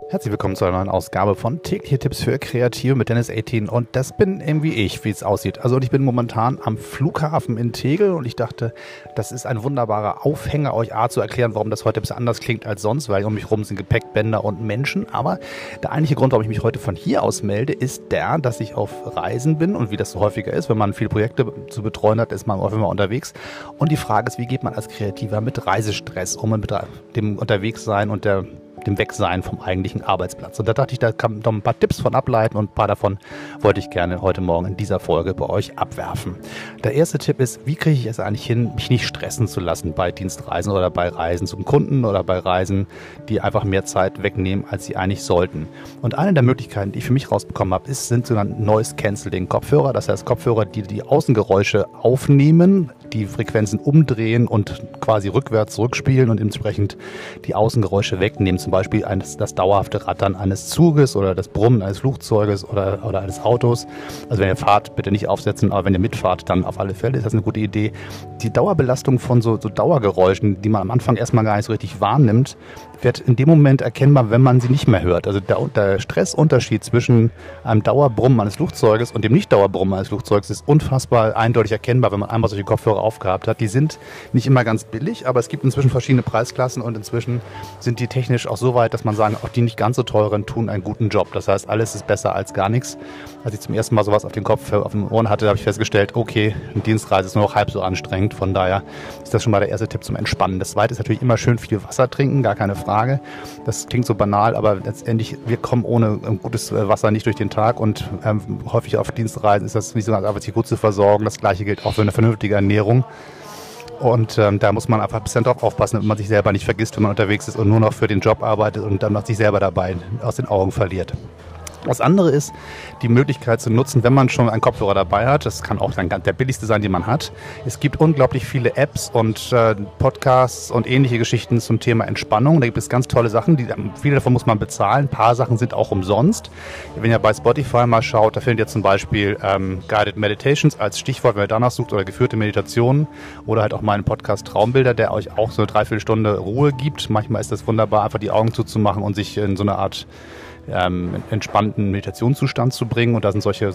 Herzlich willkommen zu einer neuen Ausgabe von Tägliche Tipps für Kreative mit Dennis 18 und das bin irgendwie ich, wie es aussieht. Also ich bin momentan am Flughafen in Tegel und ich dachte, das ist ein wunderbarer Aufhänger, euch zu erklären, warum das heute ein bisschen anders klingt als sonst, weil um mich herum sind Gepäckbänder und Menschen. Aber der eigentliche Grund, warum ich mich heute von hier aus melde, ist der, dass ich auf Reisen bin und wie das so häufiger ist, wenn man viele Projekte zu betreuen hat, ist man häufig mal unterwegs. Und die Frage ist, wie geht man als Kreativer mit Reisestress um, mit dem Unterwegssein und dem Wegsein vom eigentlichen Arbeitsplatz. Und da dachte ich, da kann man noch ein paar Tipps von ableiten und ein paar davon wollte ich gerne heute Morgen in dieser Folge bei euch abwerfen. Der erste Tipp ist, wie kriege ich es eigentlich hin, mich nicht stressen zu lassen bei Dienstreisen oder bei Reisen zum Kunden oder bei Reisen, die einfach mehr Zeit wegnehmen, als sie eigentlich sollten. Und eine der Möglichkeiten, die ich für mich rausbekommen habe, sind sogenannte Noise Cancelling Kopfhörer. Das heißt Kopfhörer, die die Außengeräusche aufnehmen, die Frequenzen umdrehen und quasi rückwärts zurückspielen und entsprechend die Außengeräusche wegnehmen. Zum Beispiel das dauerhafte Rattern eines Zuges oder das Brummen eines Flugzeuges oder eines Autos. Also wenn ihr fahrt, bitte nicht aufsetzen, aber wenn ihr mitfahrt, dann auf alle Fälle ist das eine gute Idee. Die Dauerbelastung von so Dauergeräuschen, die man am Anfang erstmal gar nicht so richtig wahrnimmt, wird in dem Moment erkennbar, wenn man sie nicht mehr hört. Also der Stressunterschied zwischen einem Dauerbrummen eines Flugzeuges und dem Nicht-Dauerbrummen eines Flugzeuges ist unfassbar eindeutig erkennbar, wenn man einmal solche Kopfhörer aufgehabt hat. Die sind nicht immer ganz billig, aber es gibt inzwischen verschiedene Preisklassen und inzwischen sind die technisch auch so weit, dass man sagen, auch die nicht ganz so teuren tun einen guten Job. Das heißt, alles ist besser als gar nichts. Als ich zum ersten Mal sowas auf den Ohren hatte, habe ich festgestellt, okay, eine Dienstreise ist nur noch halb so anstrengend. Von daher ist das schon mal der erste Tipp zum Entspannen. Das zweite ist natürlich immer schön viel Wasser trinken, gar keine Frage. Das klingt so banal, aber letztendlich, wir kommen ohne gutes Wasser nicht durch den Tag und häufig auf Dienstreisen ist das nicht so einfach, sich gut zu versorgen. Das Gleiche gilt auch für eine vernünftige Ernährung. Und da muss man einfach ein bisschen drauf aufpassen, damit man sich selber nicht vergisst, wenn man unterwegs ist und nur noch für den Job arbeitet und dann noch sich selber dabei aus den Augen verliert. Das andere ist, die Möglichkeit zu nutzen, wenn man schon einen Kopfhörer dabei hat. Das kann auch dann der billigste sein, den man hat. Es gibt unglaublich viele Apps und Podcasts und ähnliche Geschichten zum Thema Entspannung. Da gibt es ganz tolle Sachen. Viele davon muss man bezahlen. Ein paar Sachen sind auch umsonst. Wenn ihr bei Spotify mal schaut, da findet ihr zum Beispiel Guided Meditations als Stichwort, wenn ihr danach sucht, oder geführte Meditationen oder halt auch meinen Podcast Traumbilder, der euch auch so eine Dreiviertelstunde Ruhe gibt. Manchmal ist das wunderbar, einfach die Augen zuzumachen und sich in so eine Art entspannten Meditationszustand zu bringen. Und da sind solche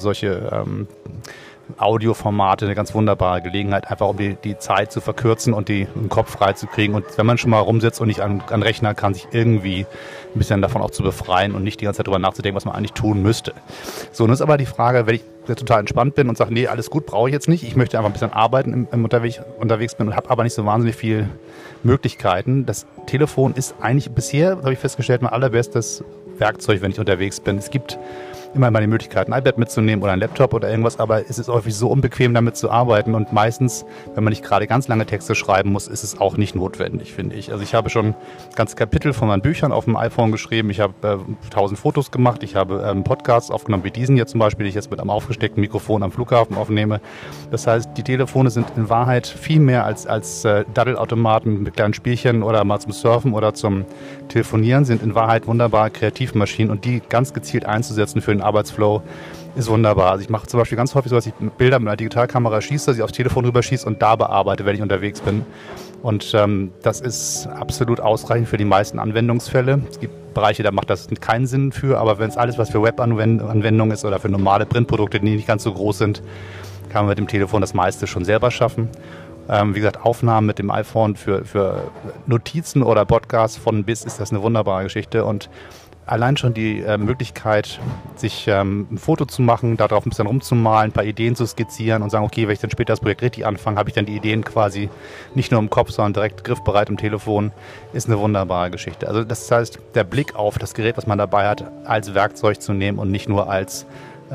Audioformate eine ganz wunderbare Gelegenheit, einfach um die Zeit zu verkürzen und den Kopf frei zu kriegen. Und wenn man schon mal rumsitzt und nicht an Rechner kann, sich irgendwie ein bisschen davon auch zu befreien und nicht die ganze Zeit darüber nachzudenken, was man eigentlich tun müsste. So, nun ist aber die Frage, wenn ich total entspannt bin und sage, nee, alles gut, brauche ich jetzt nicht. Ich möchte einfach ein bisschen arbeiten, unterwegs bin und habe aber nicht so wahnsinnig viele Möglichkeiten. Das Telefon ist eigentlich bisher, habe ich festgestellt, mein allerbestes Werkzeug, wenn ich unterwegs bin. Es gibt immer mal die Möglichkeit, ein iPad mitzunehmen oder ein Laptop oder irgendwas, aber es ist häufig so unbequem, damit zu arbeiten und meistens, wenn man nicht gerade ganz lange Texte schreiben muss, ist es auch nicht notwendig, finde ich. Also ich habe schon ganze Kapitel von meinen Büchern auf dem iPhone geschrieben, ich habe 1000 Fotos gemacht, ich habe Podcasts aufgenommen, wie diesen hier zum Beispiel, den ich jetzt mit einem aufgesteckten Mikrofon am Flughafen aufnehme. Das heißt, die Telefone sind in Wahrheit viel mehr als Daddelautomaten mit kleinen Spielchen oder mal zum Surfen oder zum Telefonieren, sind in Wahrheit wunderbare Kreativmaschinen und die ganz gezielt einzusetzen für den Arbeitsflow ist wunderbar. Also ich mache zum Beispiel ganz häufig so, dass ich Bilder mit einer Digitalkamera schieße, dass ich aufs Telefon rüberschieße und da bearbeite, wenn ich unterwegs bin. Und das ist absolut ausreichend für die meisten Anwendungsfälle. Es gibt Bereiche, da macht das keinen Sinn für, aber wenn es alles, was für Webanwendungen ist oder für normale Printprodukte, die nicht ganz so groß sind, kann man mit dem Telefon das meiste schon selber schaffen. Wie gesagt, Aufnahmen mit dem iPhone für Notizen oder Podcasts von bis ist das eine wunderbare Geschichte und allein schon die Möglichkeit, sich ein Foto zu machen, darauf ein bisschen rumzumalen, ein paar Ideen zu skizzieren und sagen, okay, wenn ich dann später das Projekt richtig anfange, habe ich dann die Ideen quasi nicht nur im Kopf, sondern direkt griffbereit im Telefon, ist eine wunderbare Geschichte. Also das heißt, der Blick auf das Gerät, was man dabei hat, als Werkzeug zu nehmen und nicht nur als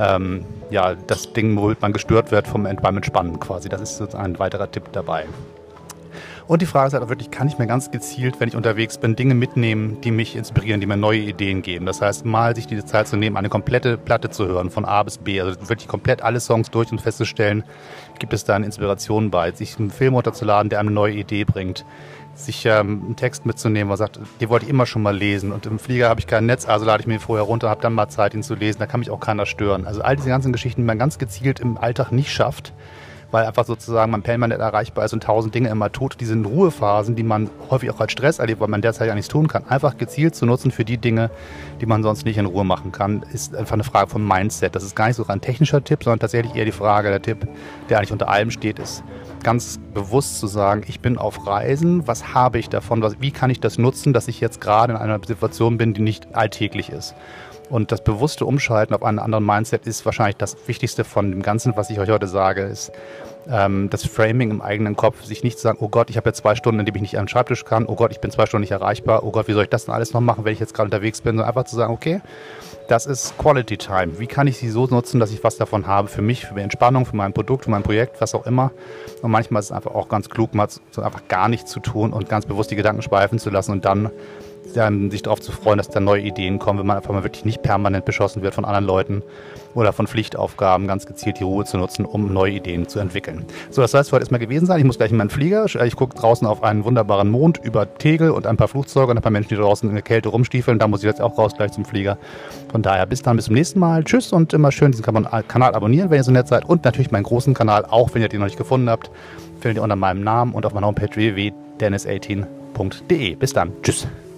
das Ding, womit man gestört wird beim Entspannen quasi. Das ist sozusagen ein weiterer Tipp dabei. Und die Frage ist halt auch wirklich, kann ich mir ganz gezielt, wenn ich unterwegs bin, Dinge mitnehmen, die mich inspirieren, die mir neue Ideen geben. Das heißt, mal sich diese Zeit zu nehmen, eine komplette Platte zu hören, von A bis B, also wirklich komplett alle Songs durch und festzustellen, gibt es da eine Inspiration bei, sich einen Film runterzuladen, der eine neue Idee bringt, sich einen Text mitzunehmen, wo man sagt, den wollte ich immer schon mal lesen und im Flieger habe ich kein Netz, also lade ich mir vorher runter, habe dann mal Zeit, ihn zu lesen, da kann mich auch keiner stören. Also all diese ganzen Geschichten, die man ganz gezielt im Alltag nicht schafft, weil einfach sozusagen man permanent erreichbar ist und 1000 Dinge immer tut. Diese Ruhephasen, die man häufig auch als Stress erlebt, weil man derzeit ja nichts tun kann, einfach gezielt zu nutzen für die Dinge, die man sonst nicht in Ruhe machen kann, ist einfach eine Frage vom Mindset. Das ist gar nicht so ein technischer Tipp, sondern tatsächlich eher die Frage, der Tipp, der eigentlich unter allem steht, ist ganz bewusst zu sagen, ich bin auf Reisen, was habe ich davon, wie kann ich das nutzen, dass ich jetzt gerade in einer Situation bin, die nicht alltäglich ist. Und das bewusste Umschalten auf einen anderen Mindset ist wahrscheinlich das Wichtigste von dem Ganzen, was ich euch heute sage, ist das Framing im eigenen Kopf, sich nicht zu sagen, oh Gott, ich habe jetzt 2 Stunden, in denen ich nicht am Schreibtisch kann, oh Gott, ich bin 2 Stunden nicht erreichbar, oh Gott, wie soll ich das denn alles noch machen, wenn ich jetzt gerade unterwegs bin, sondern einfach zu sagen, okay, das ist Quality Time. Wie kann ich sie so nutzen, dass ich was davon habe für mich, für die Entspannung, für mein Produkt, für mein Projekt, was auch immer. Und manchmal ist es einfach auch ganz klug, mal so einfach gar nichts zu tun und ganz bewusst die Gedanken schweifen zu lassen und dann sich darauf zu freuen, dass da neue Ideen kommen, wenn man einfach mal wirklich nicht permanent beschossen wird von anderen Leuten oder von Pflichtaufgaben, ganz gezielt die Ruhe zu nutzen, um neue Ideen zu entwickeln. So, das soll es für heute erstmal gewesen sein. Ich muss gleich in meinen Flieger. Ich gucke draußen auf einen wunderbaren Mond über Tegel und ein paar Flugzeuge und ein paar Menschen, die draußen in der Kälte rumstiefeln. Da muss ich jetzt auch raus, gleich zum Flieger. Von daher, bis dann, bis zum nächsten Mal. Tschüss und immer schön diesen Kanal abonnieren, wenn ihr so nett seid. Und natürlich meinen großen Kanal, auch wenn ihr den noch nicht gefunden habt, findet ihr unter meinem Namen und auf meiner Homepage www.dennis18.de. Bis dann. Tschüss.